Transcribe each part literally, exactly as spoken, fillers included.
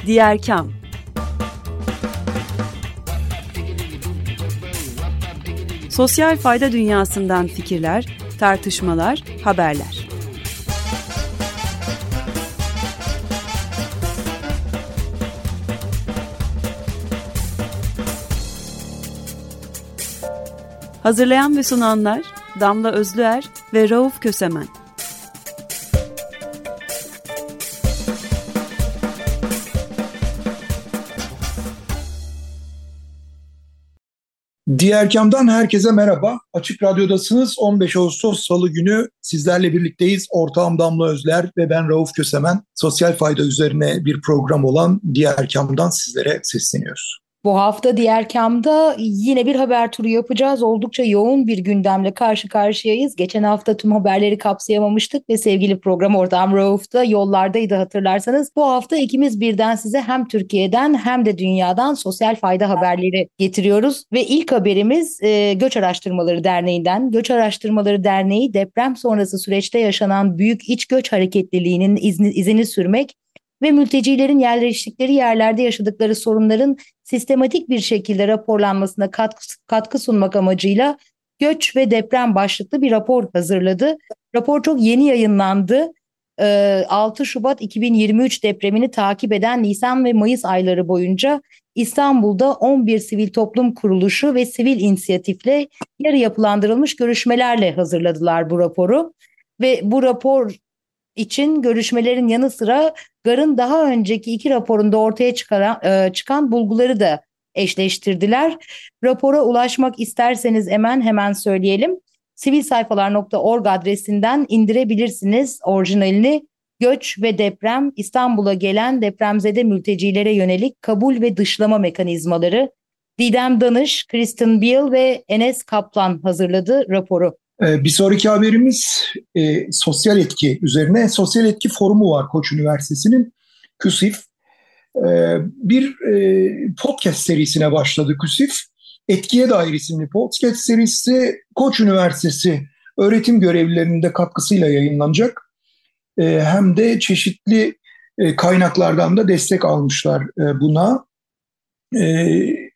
Diğer Kam. Sosyal fayda dünyasından fikirler, tartışmalar, haberler. Hazırlayan ve sunanlar Damla Özlüer ve Rauf Kösemen. Diğer Kam'dan herkese merhaba. Açık Radyo'dasınız. on beş Ağustos Salı günü sizlerle birlikteyiz. Ortağım Damla Özler ve ben Rauf Kösemen. Sosyal fayda üzerine bir program olan Diğer Kam'dan sizlere sesleniyoruz. Bu hafta Diğer Kam'da yine bir haber turu yapacağız. Oldukça yoğun bir gündemle karşı karşıyayız. Geçen hafta tüm haberleri kapsayamamıştık ve sevgili program ortağım Rauf da yollardaydı hatırlarsanız. Bu hafta ikimiz birden size hem Türkiye'den hem de dünyadan sosyal fayda haberleri getiriyoruz. Ve ilk haberimiz e, Göç Araştırmaları Derneği'nden. Göç Araştırmaları Derneği deprem sonrası süreçte yaşanan büyük iç göç hareketliliğinin izni, izini sürmek ve mültecilerin yerleştikleri yerlerde yaşadıkları sorunların sistematik bir şekilde raporlanmasına katkı, katkı sunmak amacıyla Göç ve Deprem başlıklı bir rapor hazırladı. Rapor çok yeni yayınlandı. altı Şubat iki bin yirmi üç depremini takip eden Nisan ve Mayıs ayları boyunca İstanbul'da on bir sivil toplum kuruluşu ve sivil inisiyatifle yarı yapılandırılmış görüşmelerle hazırladılar bu raporu. Ve bu rapor için görüşmelerin yanı sıra GAR'ın daha önceki iki raporunda ortaya çıkaran, e, çıkan bulguları da eşleştirdiler. Rapora ulaşmak isterseniz hemen hemen söyleyelim. sivilsayfalar nokta org adresinden indirebilirsiniz orijinalini. Göç ve Deprem, İstanbul'a gelen depremzede mültecilere yönelik kabul ve dışlama mekanizmaları. Didem Danış, Kristen Beal ve Enes Kaplan hazırladı raporu. Bir sonraki haberimiz e, sosyal etki üzerine. Sosyal etki forumu var Koç Üniversitesi'nin, KÜSİF. E, bir e, podcast serisine başladı KÜSİF. Etkiye dair isimli podcast serisi Koç Üniversitesi öğretim görevlilerinin de katkısıyla yayınlanacak. E, hem de çeşitli e, kaynaklardan da destek almışlar e, buna. E,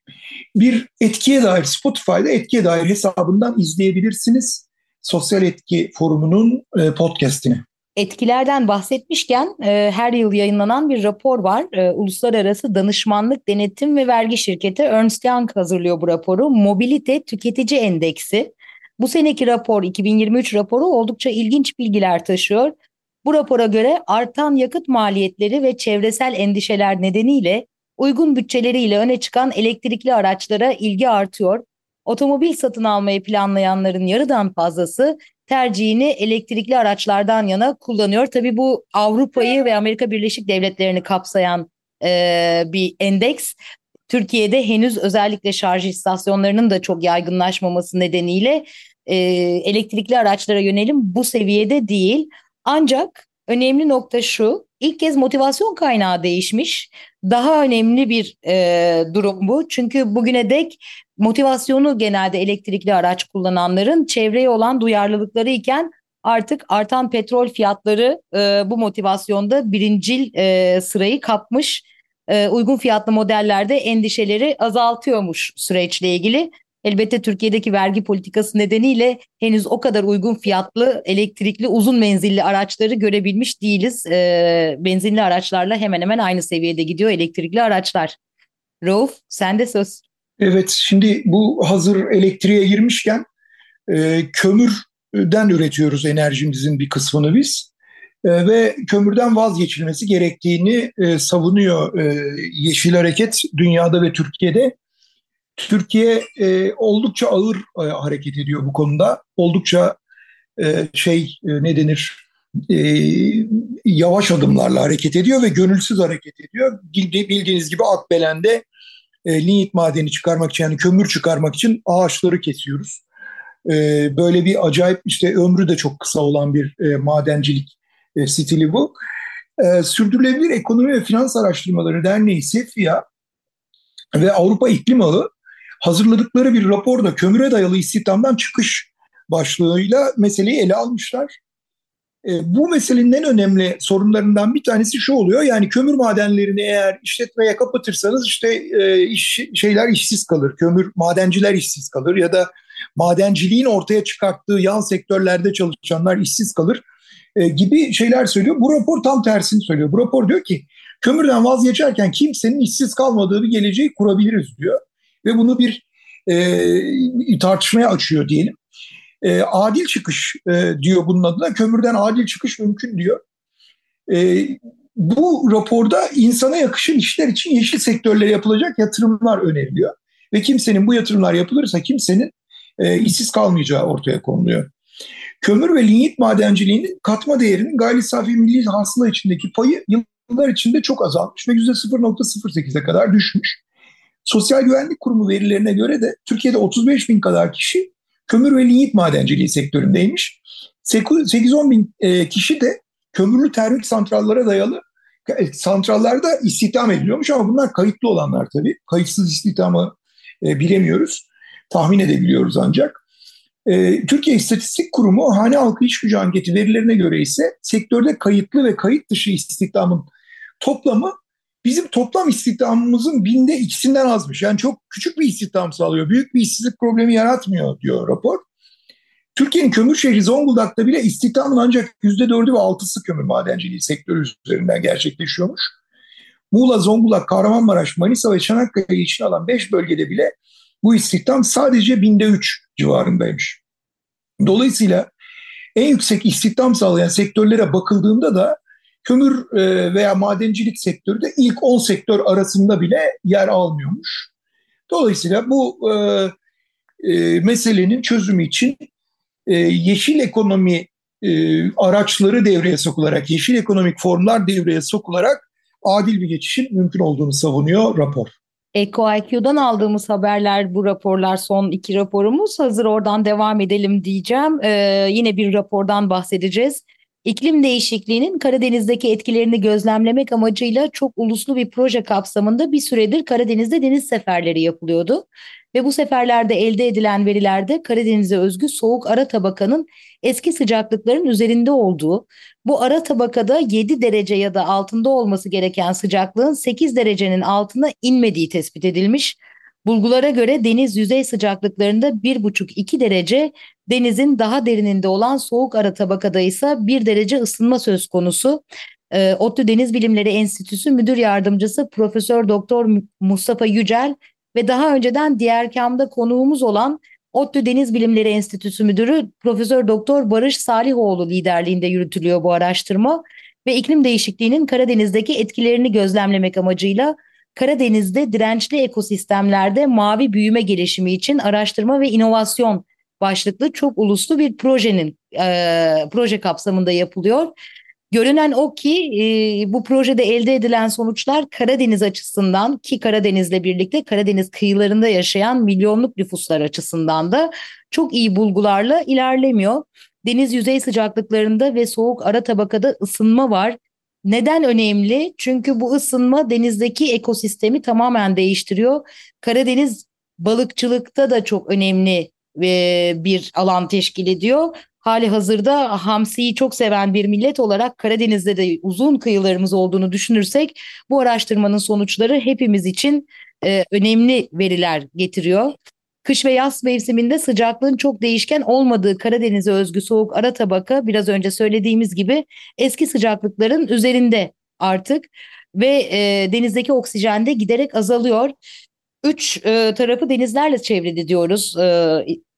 bir etkiye dair Spotify'da etkiye dair hesabından izleyebilirsiniz. Sosyal Etki Forumu'nun e, podcast'ini. Etkilerden bahsetmişken e, her yıl yayınlanan bir rapor var. E, Uluslararası Danışmanlık, Denetim ve Vergi Şirketi Ernst Young hazırlıyor bu raporu. Mobilite Tüketici Endeksi. Bu seneki rapor, iki bin yirmi üç raporu oldukça ilginç bilgiler taşıyor. Bu rapora göre artan yakıt maliyetleri ve çevresel endişeler nedeniyle uygun bütçeleriyle öne çıkan elektrikli araçlara ilgi artıyor. Otomobil satın almayı planlayanların yarıdan fazlası tercihini elektrikli araçlardan yana kullanıyor. Tabii bu Avrupa'yı ve Amerika Birleşik Devletleri'ni kapsayan e, bir endeks. Türkiye'de henüz özellikle şarj istasyonlarının da çok yaygınlaşmaması nedeniyle e, elektrikli araçlara yönelim bu seviyede değil. Ancak önemli nokta şu, ilk kez motivasyon kaynağı değişmiş. Daha önemli bir e, durum bu. Çünkü bugüne dek motivasyonu genelde elektrikli araç kullananların çevreye olan duyarlılıkları iken artık artan petrol fiyatları e, bu motivasyonda birincil e, sırayı kapmış. E, uygun fiyatlı modellerde endişeleri azaltıyormuş süreçle ilgili. Elbette Türkiye'deki vergi politikası nedeniyle henüz o kadar uygun fiyatlı elektrikli uzun menzilli araçları görebilmiş değiliz. E, benzinli araçlarla hemen hemen aynı seviyede gidiyor elektrikli araçlar. Rauf, sende söz. Evet, şimdi bu hazır elektriğe girmişken e, kömürden üretiyoruz enerjimizin bir kısmını biz. E, ve kömürden vazgeçilmesi gerektiğini e, savunuyor e, Yeşil Hareket dünyada ve Türkiye'de. Türkiye e, oldukça ağır e, hareket ediyor bu konuda. Oldukça e, şey e, ne denir e, yavaş adımlarla hareket ediyor ve gönülsüz hareket ediyor. Bildiğiniz gibi Akbelen'de e, linyit madeni çıkarmak için, yani kömür çıkarmak için ağaçları kesiyoruz. E, böyle bir acayip, işte ömrü de çok kısa olan bir e, madencilik e, stili bu. E, Sürdürülebilir Ekonomi ve Finans Araştırmaları Derneği SEFİA ve Avrupa İklim Ağı hazırladıkları bir raporda kömüre dayalı istihdamdan çıkış başlığıyla meseleyi ele almışlar. E, bu meselenin en önemli sorunlarından bir tanesi şu oluyor. Yani kömür madenlerini eğer işletmeye kapatırsanız işte e, iş, şeyler işsiz kalır. Kömür madenciler işsiz kalır ya da madenciliğin ortaya çıkarttığı yan sektörlerde çalışanlar işsiz kalır e, gibi şeyler söylüyor. Bu rapor tam tersini söylüyor. Bu rapor diyor ki kömürden vazgeçerken kimsenin işsiz kalmadığı bir geleceği kurabiliriz diyor. Ve bunu bir e, tartışmaya açıyor diyelim. E, adil çıkış e, diyor bunun adına. Kömürden adil çıkış mümkün diyor. E, bu raporda insana yakışır işler için yeşil sektörlere yapılacak yatırımlar öneriliyor. Ve kimsenin bu yatırımlar yapılırsa kimsenin e, işsiz kalmayacağı ortaya konuluyor. Kömür ve lignit madenciliğinin katma değerinin gayri safi milli hasıla içindeki payı yıllar içinde çok azalmış ve yüzde sıfır virgül sıfır sekize kadar düşmüş. Sosyal Güvenlik Kurumu verilerine göre de Türkiye'de otuz beş bin kadar kişi kömür ve lignit madenciliği sektöründeymiş. sekiz on bin kişi de kömürlü termik santrallara dayalı santrallarda istihdam ediliyormuş ama bunlar kayıtlı olanlar tabii. Kayıtsız istihdamı bilemiyoruz. Tahmin edebiliyoruz ancak. Türkiye İstatistik Kurumu hane halkı iş gücü anketi verilerine göre ise sektörde kayıtlı ve kayıt dışı istihdamın toplamı bizim toplam istihdamımızın binde ikisinden azmış. Yani çok küçük bir istihdam sağlıyor. Büyük bir işsizlik problemi yaratmıyor diyor rapor. Türkiye'nin kömür şehri Zonguldak'ta bile istihdamın ancak yüzde dördü ve altısı kömür madenciliği sektörü üzerinden gerçekleşiyormuş. Muğla, Zonguldak, Kahramanmaraş, Manisa ve Çanakkale'yi içine alan beş bölgede bile bu istihdam sadece binde üç civarındaymış. Dolayısıyla en yüksek istihdam sağlayan sektörlere bakıldığında da kömür veya madencilik sektörü de ilk on sektör arasında bile yer almıyormuş. Dolayısıyla bu e, e, meselenin çözümü için e, yeşil ekonomi e, araçları devreye sokularak, yeşil ekonomik formlar devreye sokularak adil bir geçişin mümkün olduğunu savunuyor rapor. Eko I Q'dan aldığımız haberler, bu raporlar, son iki raporumuz. Hazır oradan devam edelim diyeceğim. Ee, yine bir rapordan bahsedeceğiz. İklim değişikliğinin Karadeniz'deki etkilerini gözlemlemek amacıyla çok uluslu bir proje kapsamında bir süredir Karadeniz'de deniz seferleri yapılıyordu. Ve bu seferlerde elde edilen verilerde Karadeniz'e özgü soğuk ara tabakanın eski sıcaklıkların üzerinde olduğu, bu ara tabakada yedi derece ya da altında olması gereken sıcaklığın sekiz derecenin altına inmediği tespit edilmiş. Bulgulara göre deniz yüzey sıcaklıklarında bir buçuk iki derece, denizin daha derininde olan soğuk ara tabakada ise bir derece ısınma söz konusu. Ee, ODTÜ Deniz Bilimleri Enstitüsü Müdür Yardımcısı Profesör Doktor Mustafa Yücel ve daha önceden diğer kamda konuğumuz olan ODTÜ Deniz Bilimleri Enstitüsü Müdürü Profesör Doktor Barış Salihoğlu liderliğinde yürütülüyor bu araştırma ve iklim değişikliğinin Karadeniz'deki etkilerini gözlemlemek amacıyla Karadeniz'de dirençli ekosistemlerde mavi büyüme gelişimi için araştırma ve inovasyon başlıklı çok uluslu bir projenin e, proje kapsamında yapılıyor. Görünen o ki e, bu projede elde edilen sonuçlar Karadeniz açısından, ki Karadeniz'le birlikte Karadeniz kıyılarında yaşayan milyonluk nüfuslar açısından da çok iyi bulgularla ilerlemiyor. Deniz yüzey sıcaklıklarında ve soğuk ara tabakada ısınma var. Neden önemli? Çünkü bu ısınma denizdeki ekosistemi tamamen değiştiriyor. Karadeniz balıkçılıkta da çok önemli e, bir alan teşkil ediyor. Hali hazırda hamsiyi çok seven bir millet olarak Karadeniz'de de uzun kıyılarımız olduğunu düşünürsek bu araştırmanın sonuçları hepimiz için e, önemli veriler getiriyor. Kış ve yaz mevsiminde sıcaklığın çok değişken olmadığı Karadeniz'e özgü soğuk ara tabaka biraz önce söylediğimiz gibi eski sıcaklıkların üzerinde artık ve e, denizdeki oksijen de giderek azalıyor. Üç e, tarafı denizlerle çevrili diyoruz e,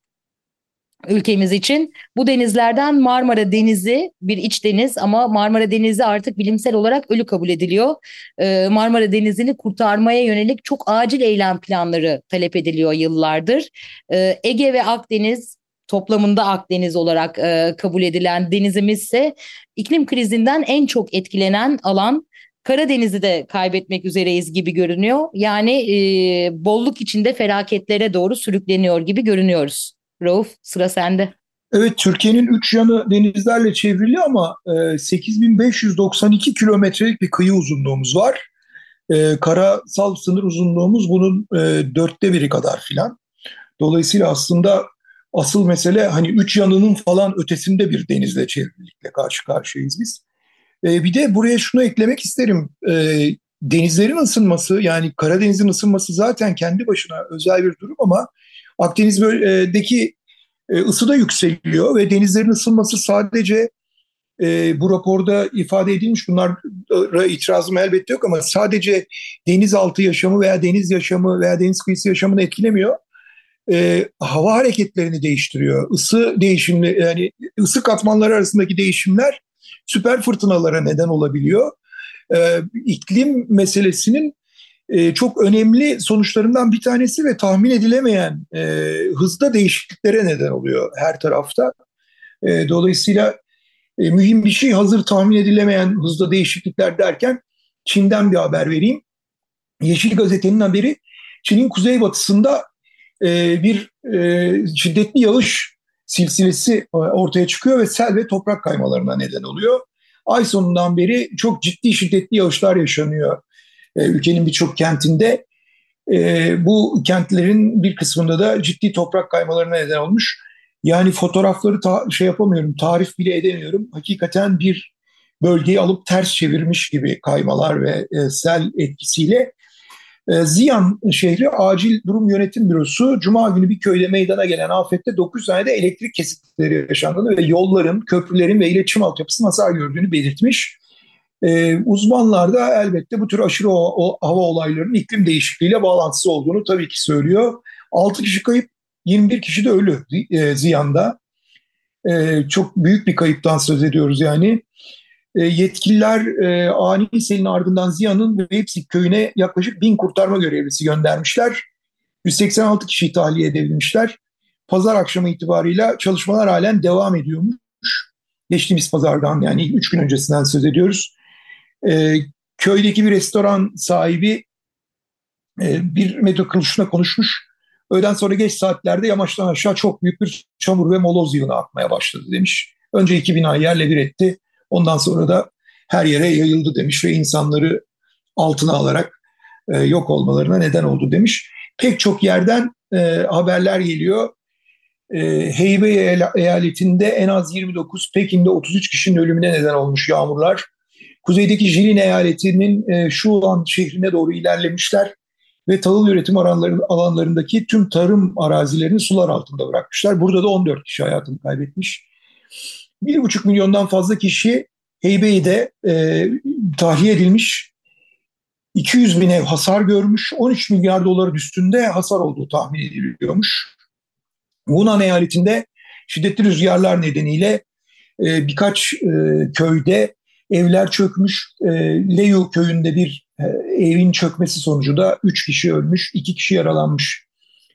ülkemiz için. Bu denizlerden Marmara Denizi bir iç deniz ama Marmara Denizi artık bilimsel olarak ölü kabul ediliyor. Ee, Marmara Denizi'ni kurtarmaya yönelik çok acil eylem planları talep ediliyor yıllardır. Ee, Ege ve Akdeniz, toplamında Akdeniz olarak e, kabul edilen denizimiz ise iklim krizinden en çok etkilenen alan. Karadeniz'i de kaybetmek üzereyiz gibi görünüyor. Yani e, bolluk içinde felaketlere doğru sürükleniyor gibi görünüyoruz. Rauf, sıra sende. Evet, Türkiye'nin üç yanı denizlerle çevrili ama e, sekiz bin beş yüz doksan iki kilometrelik bir kıyı uzunluğumuz var. E, karasal sınır uzunluğumuz bunun e, dörtte biri kadar filan. Dolayısıyla aslında Asıl mesele hani üç yanının falan ötesinde bir denizle çevrilikle karşı karşıyayız biz. E, bir de buraya şunu eklemek isterim. E, denizlerin ısınması, yani Karadeniz'in ısınması zaten kendi başına özel bir durum ama Akdeniz bölgedeki e, ısı da yükseliyor ve denizlerin ısınması sadece e, bu raporda ifade edilmiş, bunlara itirazım elbette yok ama sadece denizaltı yaşamı veya deniz yaşamı veya deniz kıyısı yaşamını etkilemiyor. E, hava hareketlerini değiştiriyor. Isı değişimli, yani ısı katmanları arasındaki değişimler süper fırtınalara neden olabiliyor. E, iklim meselesinin e, çok önemli sonuçlarından bir tanesi ve tahmin edilemeyen e, hızda değişikliklere neden oluyor her tarafta. E, dolayısıyla e, mühim bir şey, hazır tahmin edilemeyen hızda değişiklikler derken Çin'den bir haber vereyim. Yeşil Gazete'nin haberi, Çin'in kuzeybatısında e, bir e, şiddetli yağış silsilesi ortaya çıkıyor ve sel ve toprak kaymalarına neden oluyor. Ay sonundan beri çok ciddi şiddetli yağışlar yaşanıyor e, ülkenin birçok kentinde. E, bu kentlerin bir kısmında da ciddi toprak kaymalarına neden olmuş. Yani fotoğrafları ta- şey yapamıyorum, tarif bile edemiyorum. Hakikaten bir bölgeyi alıp ters çevirmiş gibi kaymalar ve e, sel etkisiyle. E, Ziyan şehri Acil Durum Yönetim Bürosu Cuma günü bir köyde meydana gelen afette dokuz tane de elektrik kesitleri yaşandığını ve yolların, köprülerin ve iletişim altyapısının hasar gördüğünü belirtmiş. E, uzmanlar da elbette bu tür aşırı o, o, hava olaylarının iklim değişikliğiyle bağlantısı olduğunu tabii ki söylüyor. altı kişi kayıp, yirmi bir kişi de ölü e, Ziyan'da. E, çok büyük bir kayıptan söz ediyoruz yani. E, yetkililer e, ani selin ardından Ziyan'ın Veyipsik köyüne yaklaşık bin kurtarma görevlisi göndermişler. yüz seksen altı kişiyi tahliye edebilmişler. Pazar akşamı itibarıyla çalışmalar halen devam ediyormuş. Geçtiğimiz pazardan, yani üç gün öncesinden söz ediyoruz. E, köydeki bir restoran sahibi e, bir medya kuruluşuna konuşmuş. Öğleden sonra geç saatlerde yamaçtan aşağı çok büyük bir çamur ve moloz yığını akmaya başladı demiş. Önce iki binayı yerle bir etti. Ondan sonra da her yere yayıldı demiş ve insanları altına alarak e, yok olmalarına neden oldu demiş. Pek çok yerden e, haberler geliyor. E, Heybei eyaletinde en az yirmi dokuz, Pekin'de otuz üç kişinin ölümüne neden olmuş yağmurlar. Kuzeydeki Jilin eyaletinin e, Şuan şehrine doğru ilerlemişler ve tahıl üretim alanlarındaki tüm tarım arazilerini sular altında bırakmışlar. Burada da on dört kişi hayatını kaybetmiş. Bir buçuk milyondan fazla kişi Heybei'de e, tahliye edilmiş. iki yüz bin ev hasar görmüş. on üç milyar doların üstünde hasar olduğu tahmin ediliyormuş. Hunan eyaletinde şiddetli rüzgarlar nedeniyle e, birkaç e, köyde evler çökmüş. E, Leyu köyünde bir e, evin çökmesi sonucu da üç kişi ölmüş, iki kişi yaralanmış.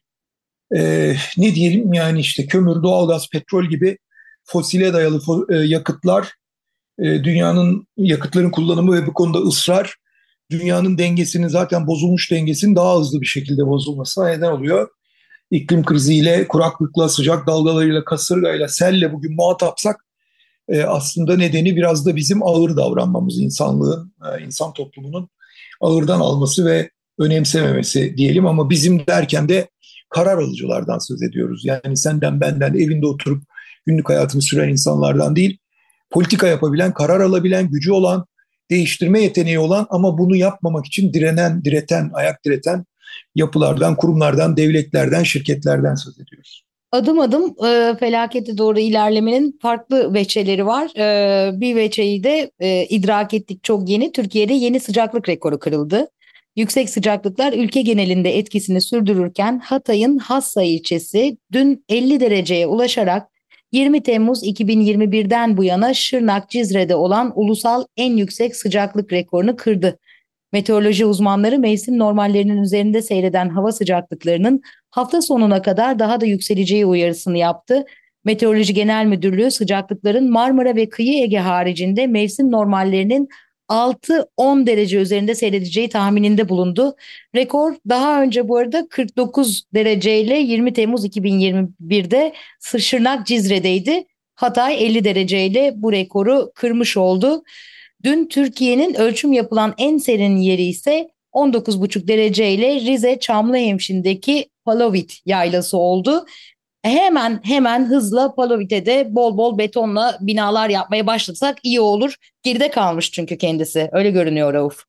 E, ne diyelim yani, işte kömür, doğalgaz, petrol gibi fosile dayalı fo- e, yakıtlar, e, dünyanın yakıtların kullanımı ve bu konuda ısrar, dünyanın dengesinin, zaten bozulmuş dengesinin daha hızlı bir şekilde bozulmasına neden oluyor. İklim kriziyle, kuraklıkla, sıcak dalgalarıyla, kasırgayla, selle bugün muhatapsak e, aslında nedeni biraz da bizim ağır davranmamız, insanlığın, e, insan toplumunun ağırdan alması ve önemsememesi diyelim. Ama bizim derken de karar alıcılardan söz ediyoruz. Yani senden, benden, evinde oturup günlük hayatını süren insanlardan değil, politika yapabilen, karar alabilen, gücü olan, değiştirme yeteneği olan ama bunu yapmamak için direnen, direten, ayak direten yapılardan, kurumlardan, devletlerden, şirketlerden söz ediyoruz. Adım adım e, felakete doğru ilerlemenin farklı veçeleri var. E, bir veçeyi de e, idrak ettik, çok yeni. Türkiye'de yeni sıcaklık rekoru kırıldı. Yüksek sıcaklıklar ülke genelinde etkisini sürdürürken Hatay'ın Hassa ilçesi dün elli dereceye ulaşarak yirmi Temmuz iki bin yirmi birden bu yana Şırnak Cizre'de olan ulusal en yüksek sıcaklık rekorunu kırdı. Meteoroloji uzmanları mevsim normallerinin üzerinde seyreden hava sıcaklıklarının hafta sonuna kadar daha da yükseleceği uyarısını yaptı. Meteoroloji Genel Müdürlüğü sıcaklıkların Marmara ve Kıyı Ege haricinde mevsim normallerinin altı on derece üzerinde seyredeceği tahmininde bulundu. Rekor daha önce bu arada kırk dokuz dereceyle yirmi Temmuz iki bin yirmi birde Şırnak Cizre'deydi. Hatay elli dereceyle bu rekoru kırmış oldu. Dün Türkiye'nin ölçüm yapılan en serin yeri ise on dokuz buçuk dereceyle Rize Çamlıhemşin'deki Palavut yaylası oldu. Hemen hemen hızla Palovite'de bol bol betonla binalar yapmaya başlasak iyi olur. Geride kalmış çünkü kendisi. Öyle görünüyor Rauf.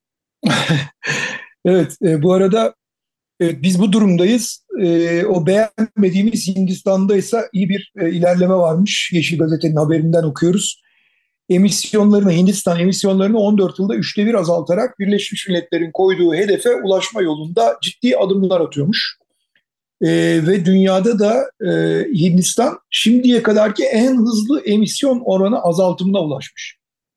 Evet, e, bu arada evet, biz bu durumdayız. E, o beğenmediğimiz Hindistan'da ise iyi bir e, ilerleme varmış. Yeşil Gazete'nin haberinden okuyoruz. Emisyonlarını, Hindistan emisyonlarını on dört yılda üçte bir azaltarak Birleşmiş Milletler'in koyduğu hedefe ulaşma yolunda ciddi adımlar atıyormuş. E, ve dünyada da e, Hindistan şimdiye kadarki en hızlı emisyon oranı azaltımına ulaşmış.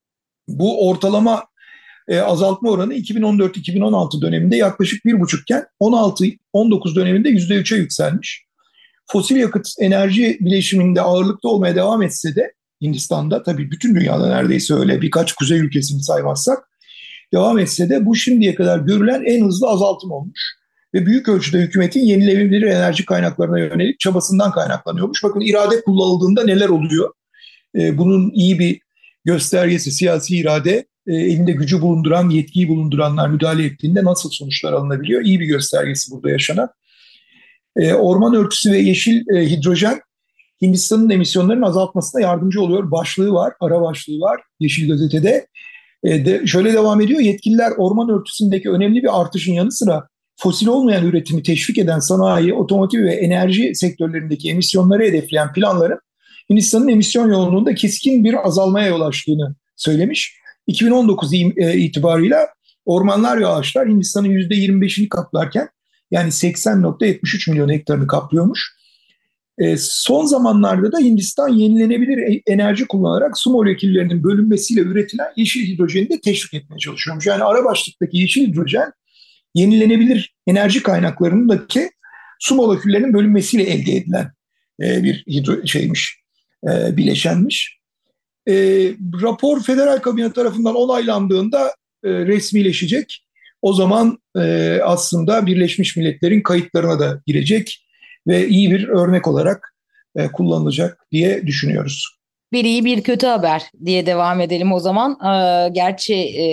Bu ortalama e, azaltma oranı iki bin on dört iki bin on altı döneminde yaklaşık bir buçukken on altı on dokuz döneminde yüzde üçe yükselmiş. Fosil yakıt enerji bileşiminde ağırlıkta olmaya devam etse de Hindistan'da, tabii bütün dünyada neredeyse öyle, birkaç kuzey ülkesini saymazsak, devam etse de bu şimdiye kadar görülen en hızlı azaltım olmuş. Ve büyük ölçüde hükümetin yenilenebilir enerji kaynaklarına yönelik çabasından kaynaklanıyormuş. Bakın, irade kullanıldığında neler oluyor? E, bunun iyi bir göstergesi siyasi irade, e, elinde gücü bulunduran, yetkiyi bulunduranlar müdahale ettiğinde nasıl sonuçlar alınabiliyor? İyi bir göstergesi burada yaşanan. E, orman örtüsü ve yeşil e, hidrojen Hindistan'ın emisyonlarının azaltmasına yardımcı oluyor. Başlığı var, ara başlığı var Yeşil Gazete'de. E, de, şöyle devam ediyor. Yetkililer orman örtüsündeki önemli bir artışın yanı sıra fosil olmayan üretimi teşvik eden sanayi, otomotiv ve enerji sektörlerindeki emisyonları hedefleyen planların Hindistan'ın emisyon yoğunluğunda keskin bir azalmaya yol açtığını söylemiş. iki bin on dokuz itibarıyla ormanlar ve ağaçlar Hindistan'ın yüzde yirmi beşini kaplarken, yani seksen nokta yetmiş üç milyon hektarını kaplıyormuş. E, son zamanlarda da Hindistan yenilenebilir enerji kullanarak su moleküllerinin bölünmesiyle üretilen yeşil hidrojeni de teşvik etmeye çalışıyormuş. Yani ara başlıktaki yeşil hidrojen yenilenebilir enerji kaynaklarındaki su moleküllerinin bölünmesiyle elde edilen e, bir hidro şeymiş, e, bileşenmiş. E, rapor federal kabine tarafından onaylandığında e, resmileşecek. O zaman e, aslında Birleşmiş Milletler'in kayıtlarına da girecek ve iyi bir örnek olarak e, kullanılacak diye düşünüyoruz. Bir iyi bir kötü haber diye devam edelim o zaman. Ee, gerçi e,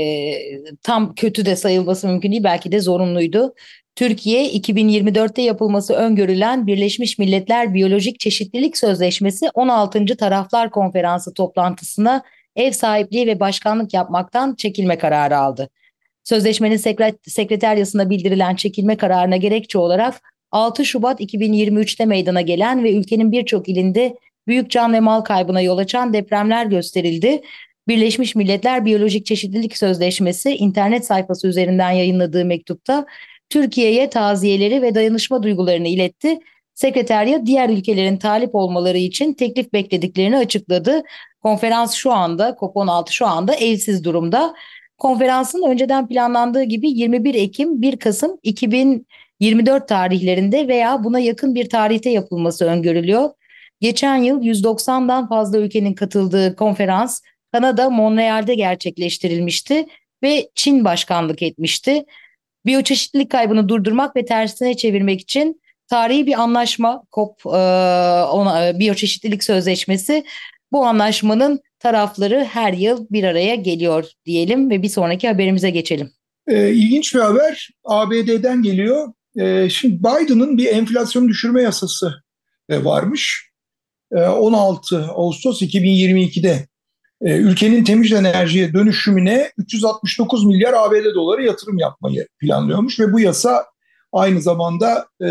tam kötü de sayılması mümkün değil, belki de zorunluydu. Türkiye iki bin yirmi dörtte yapılması öngörülen Birleşmiş Milletler Biyolojik Çeşitlilik Sözleşmesi on altıncı Taraflar Konferansı toplantısına ev sahipliği ve başkanlık yapmaktan çekilme kararı aldı. Sözleşmenin sekreteryasına bildirilen çekilme kararına gerekçe olarak altı Şubat iki bin yirmi üçte meydana gelen ve ülkenin birçok ilinde büyük can ve mal kaybına yol açan depremler gösterildi. Birleşmiş Milletler Biyolojik Çeşitlilik Sözleşmesi internet sayfası üzerinden yayınladığı mektupta Türkiye'ye taziyeleri ve dayanışma duygularını iletti. Sekreterya diğer ülkelerin talip olmaları için teklif beklediklerini açıkladı. Konferans şu anda, COP on altı şu anda evsiz durumda. Konferansın önceden planlandığı gibi yirmi bir Ekim bir Kasım iki bin yirmi dört tarihlerinde veya buna yakın bir tarihte yapılması öngörülüyor. Geçen yıl yüz doksandan fazla ülkenin katıldığı konferans Kanada, Montreal'de gerçekleştirilmişti ve Çin başkanlık etmişti. Biyoçeşitlilik kaybını durdurmak ve tersine çevirmek için tarihi bir anlaşma, COP e, ona, Biyoçeşitlilik Sözleşmesi. Bu anlaşmanın tarafları her yıl bir araya geliyor diyelim ve bir sonraki haberimize geçelim. E, ilginç bir haber A B D'den geliyor. E, şimdi Biden'ın bir enflasyon düşürme yasası e, varmış. E, on altı Ağustos iki bin yirmi ikide e, ülkenin temiz enerjiye dönüşümüne üç yüz altmış dokuz milyar A B D doları yatırım yapmayı planlıyormuş ve bu yasa aynı zamanda e,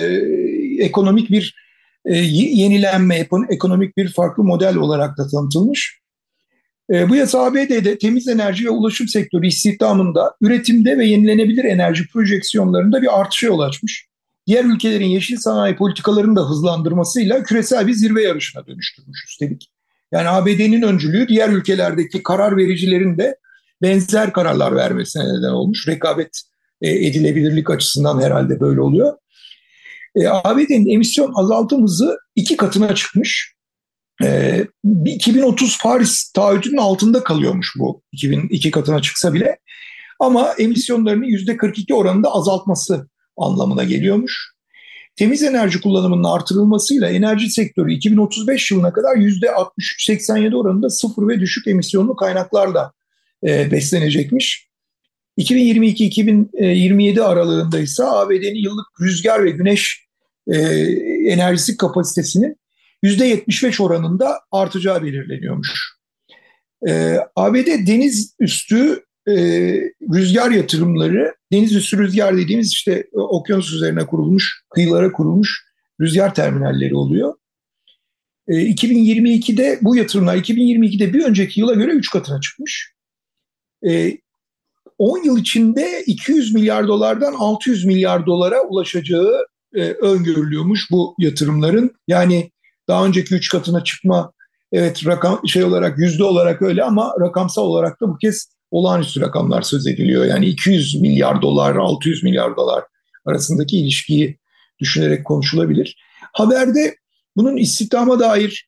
ekonomik bir e, yenilenme, ekonomik bir farklı model olarak da tanıtılmış. E, bu yasa A B D'de temiz enerji ve ulaşım sektörü istihdamında, üretimde ve yenilenebilir enerji projeksiyonlarında bir artışa yol açmış. Diğer ülkelerin yeşil sanayi politikalarını da hızlandırmasıyla küresel bir zirve yarışına dönüştürmüş üstelik. Yani A B D'nin öncülüğü diğer ülkelerdeki karar vericilerin de benzer kararlar vermesine neden olmuş. Rekabet e, edilebilirlik açısından herhalde böyle oluyor. E, A B D'nin emisyon azaltım hızı iki katına çıkmış. E, iki bin otuz Paris taahhütünün altında kalıyormuş bu, iki bin iki katına çıksa bile. Ama emisyonlarını yüzde kırk iki oranında azaltması anlamına geliyormuş. Temiz enerji kullanımının artırılmasıyla enerji sektörü iki bin otuz beş yılına kadar yüzde altmış üç seksen yedi oranında sıfır ve düşük emisyonlu kaynaklarla e, beslenecekmiş. iki bin yirmi iki iki bin yirmi yedi aralığında ise A B D'nin yıllık rüzgar ve güneş e, enerjisi kapasitesinin yüzde yetmiş beş oranında artacağı belirleniyormuş. E, A B D deniz üstü e, rüzgar yatırımları, deniz üstü rüzgar dediğimiz işte e, okyanus üzerine kurulmuş, kıyılara kurulmuş rüzgar terminalleri oluyor. E, iki bin yirmi ikide bu yatırımlar iki bin yirmi ikide bir önceki yıla göre üç katına çıkmış. E, on yıl içinde iki yüz milyar dolardan altı yüz milyar dolara ulaşacağı e, öngörülüyormuş bu yatırımların. Yani daha önceki üç katına çıkma, evet, rakam şey olarak, yüzde olarak öyle, ama rakamsal olarak da bu kez olağanüstü rakamlar söz ediliyor. Yani iki yüz milyar dolar, altı yüz milyar dolar arasındaki ilişkiyi düşünerek konuşulabilir. Haberde bunun istihdama dair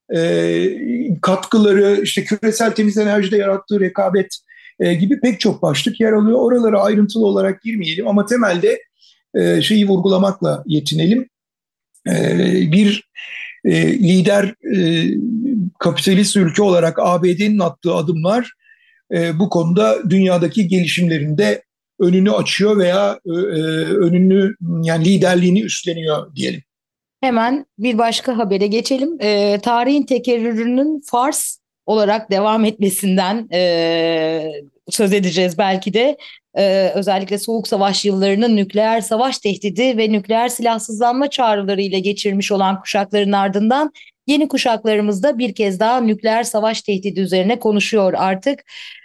e, katkıları, işte küresel temiz enerjide yarattığı rekabet e, gibi pek çok başlık yer alıyor. Oralara ayrıntılı olarak girmeyelim ama temelde e, şeyi vurgulamakla yetinelim. E, bir e, lider e, kapitalist ülke olarak A B D'nin attığı adımlar e, bu konuda dünyadaki gelişimlerinde önünü açıyor veya e, önünü, yani liderliğini üstleniyor diyelim. Hemen bir başka habere geçelim. Ee, tarihin tekerrürünün fars olarak devam etmesinden e, söz edeceğiz belki de. Ee, özellikle Soğuk Savaş yıllarının nükleer savaş tehdidi ve nükleer silahsızlanma çağrıları ile geçirmiş olan kuşakların ardından yeni kuşaklarımız da bir kez daha nükleer savaş tehdidi üzerine konuşuyor artık.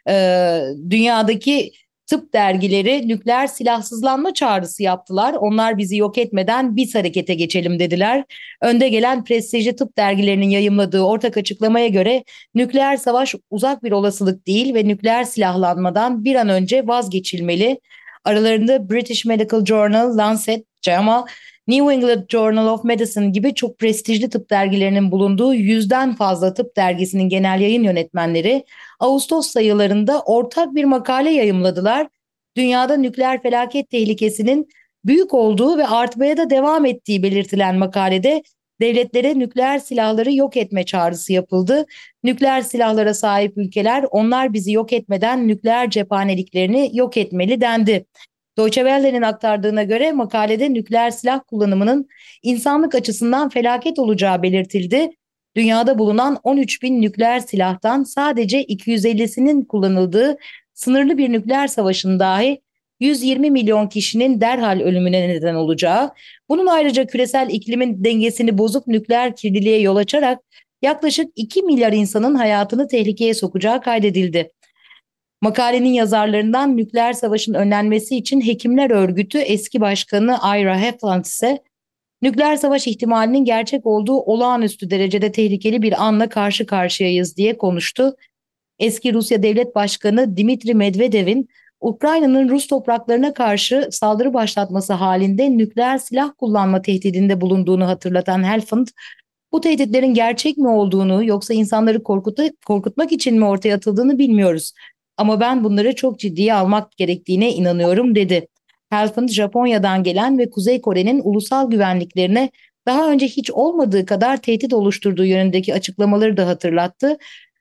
Ee, dünyadaki tıp dergileri nükleer silahsızlanma çağrısı yaptılar. Onlar bizi yok etmeden biz harekete geçelim dediler. Önde gelen prestijli tıp dergilerinin yayımladığı ortak açıklamaya göre nükleer savaş uzak bir olasılık değil ve nükleer silahlanmadan bir an önce vazgeçilmeli. Aralarında British Medical Journal, Lancet, J A M A, New England Journal of Medicine gibi çok prestijli tıp dergilerinin bulunduğu yüzden fazla tıp dergisinin genel yayın yönetmenleri Ağustos sayılarında ortak bir makale yayımladılar. Dünyada nükleer felaket tehlikesinin büyük olduğu ve artmaya da devam ettiği belirtilen makalede devletlere nükleer silahları yok etme çağrısı yapıldı. Nükleer silahlara sahip ülkeler onlar bizi yok etmeden nükleer cephaneliklerini yok etmeli dendi. Deutsche Welle'nin aktardığına göre makalede nükleer silah kullanımının insanlık açısından felaket olacağı belirtildi. Dünyada bulunan on üç bin nükleer silahtan sadece iki yüz ellisinin kullanıldığı sınırlı bir nükleer savaşın dahi yüz yirmi milyon kişinin derhal ölümüne neden olacağı, bunun ayrıca küresel iklimin dengesini bozup nükleer kirliliğe yol açarak yaklaşık iki milyar insanın hayatını tehlikeye sokacağı kaydedildi. Makalenin yazarlarından nükleer savaşın önlenmesi için Hekimler Örgütü eski başkanı Ira Hefland ise nükleer savaş ihtimalinin gerçek olduğu olağanüstü derecede tehlikeli bir anla karşı karşıyayız diye konuştu. Eski Rusya Devlet Başkanı Dmitri Medvedev'in Ukrayna'nın Rus topraklarına karşı saldırı başlatması halinde nükleer silah kullanma tehdidinde bulunduğunu hatırlatan Helfand, bu tehditlerin gerçek mi olduğunu yoksa insanları korkut- korkutmak için mi ortaya atıldığını bilmiyoruz. Ama ben bunları çok ciddiye almak gerektiğine inanıyorum dedi. Helfand, Japonya'dan gelen ve Kuzey Kore'nin ulusal güvenliklerine daha önce hiç olmadığı kadar tehdit oluşturduğu yönündeki açıklamaları da hatırlattı.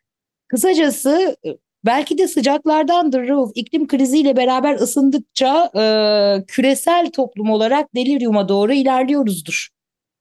Kısacası belki de sıcaklardandır Rauf. İklim kriziyle beraber ısındıkça e, küresel toplum olarak deliryuma doğru ilerliyoruzdur.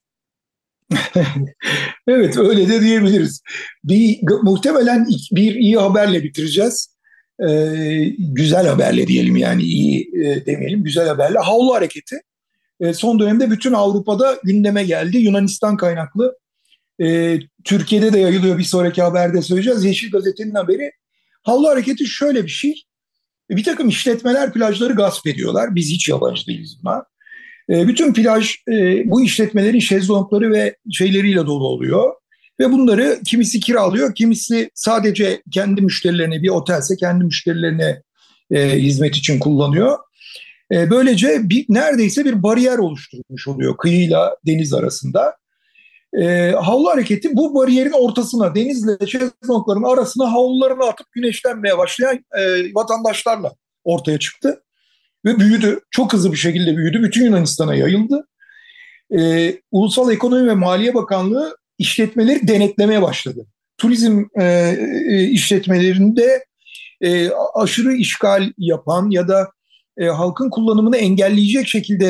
Evet, öyle de diyebiliriz. Bir, muhtemelen bir iyi haberle bitireceğiz. Ee, güzel haberle diyelim, yani iyi e, demeyelim, güzel haberle. Havlu hareketi e, son dönemde bütün Avrupa'da gündeme geldi. Yunanistan kaynaklı. E, Türkiye'de de yayılıyor, bir sonraki haberde söyleyeceğiz. Yeşil Gazete'nin haberi. Havlu hareketi şöyle bir şey. Bir takım işletmeler plajları gasp ediyorlar. Biz hiç yabancı değiliz buna. E, bütün plaj e, bu işletmelerin şezlongları ve şeyleriyle dolu oluyor. Ve bunları kimisi kiralıyor, kimisi sadece kendi müşterilerine, bir otelse kendi müşterilerine e, hizmet için kullanıyor. E, böylece bir, neredeyse bir bariyer oluşturmuş oluyor kıyıyla deniz arasında. E, havlu hareketi bu bariyerin ortasına, denizle şezlongların arasına havlularını atıp güneşlenmeye başlayan e, vatandaşlarla ortaya çıktı. Ve büyüdü, çok hızlı bir şekilde büyüdü, bütün Yunanistan'a yayıldı. E, Ulusal Ekonomi ve Maliye Bakanlığı işletmeleri denetlemeye başladı. Turizm e, işletmelerinde e, aşırı işgal yapan ya da e, halkın kullanımını engelleyecek şekilde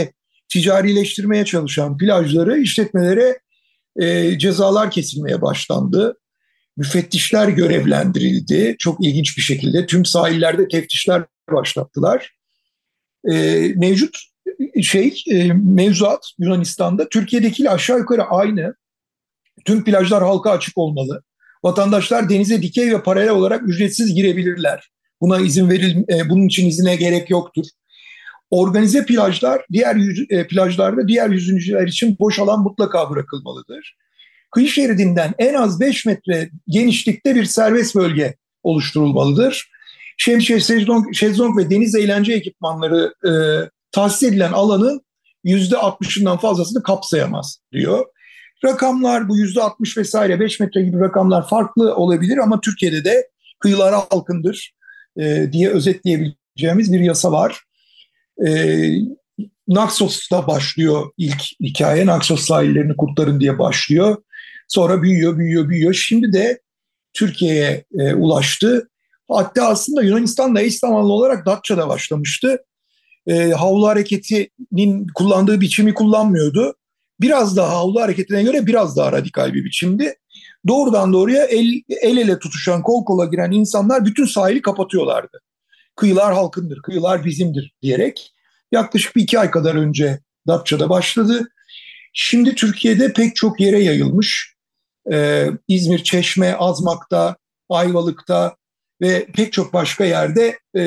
ticarileştirmeye çalışan plajları işletmelere e, cezalar kesilmeye başlandı. Müfettişler görevlendirildi. Çok ilginç bir şekilde tüm sahillerde teftişler başlattılar. E, mevcut şey e, mevzuat Yunanistan'da Türkiye'dekiyle aşağı yukarı aynı. Tüm plajlar halka açık olmalı. Vatandaşlar denize dikey ve paralel olarak ücretsiz girebilirler. Buna izin veril, e, bunun için izine gerek yoktur. Organize plajlar diğer yüz, e, plajlarda diğer yüzücüler için boş alan mutlaka bırakılmalıdır. Kıyı şeridinden en az beş metre genişlikte bir serbest bölge oluşturulmalıdır. Şemsiye, şezlong, şezlong ve deniz eğlence ekipmanları e, tahsis edilen alanın yüzde altmışından fazlasını kapsayamaz diyor. Rakamlar bu yüzde altmış vesaire beş metre gibi rakamlar farklı olabilir ama Türkiye'de de kıyılar halkındır e, diye özetleyebileceğimiz bir yasa var. E, Naxos'ta başlıyor ilk hikaye. Naxos sahillerini kurtarın diye başlıyor. Sonra büyüyor, büyüyor, büyüyor. Şimdi de Türkiye'ye e, ulaştı. Hatta aslında Yunanistan'da eş zamanlı olarak Datça'da başlamıştı. E, havlu hareketinin kullandığı biçimi kullanmıyordu. Biraz daha havlu hareketine göre biraz daha radikal bir biçimdi. Doğrudan doğruya el, el ele tutuşan, kol kola giren insanlar bütün sahili kapatıyorlardı. Kıyılar halkındır, kıyılar bizimdir diyerek. Yaklaşık bir iki ay kadar önce Datça'da başladı. Şimdi Türkiye'de pek çok yere yayılmış. Ee, İzmir, Çeşme, Azmak'ta, Ayvalık'ta ve pek çok başka yerde e,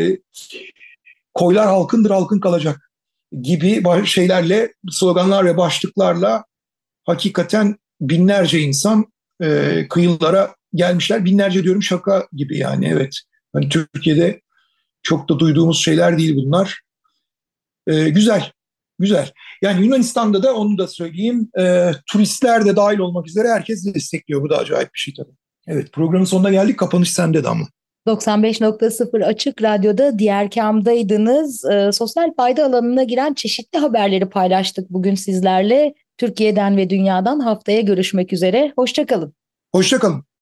koylar halkındır, halkın kalacak gibi şeylerle, sloganlar ve başlıklarla hakikaten binlerce insan e, kıyılara gelmişler. Binlerce diyorum şaka gibi yani, evet. Hani Türkiye'de çok da duyduğumuz şeyler değil bunlar. E, güzel, güzel. Yani Yunanistan'da da onu da söyleyeyim, e, turistler de dahil olmak üzere herkes destekliyor. Bu da acayip bir şey tabii. Evet, programın sonuna geldik. Kapanış sende Damla. doksan beş nokta sıfır Açık Radyo'da Diğer Kam'daydınız. E, sosyal fayda alanına giren çeşitli haberleri paylaştık bugün sizlerle. Türkiye'den ve dünyadan haftaya görüşmek üzere. Hoşça kalın. Hoşça kalın.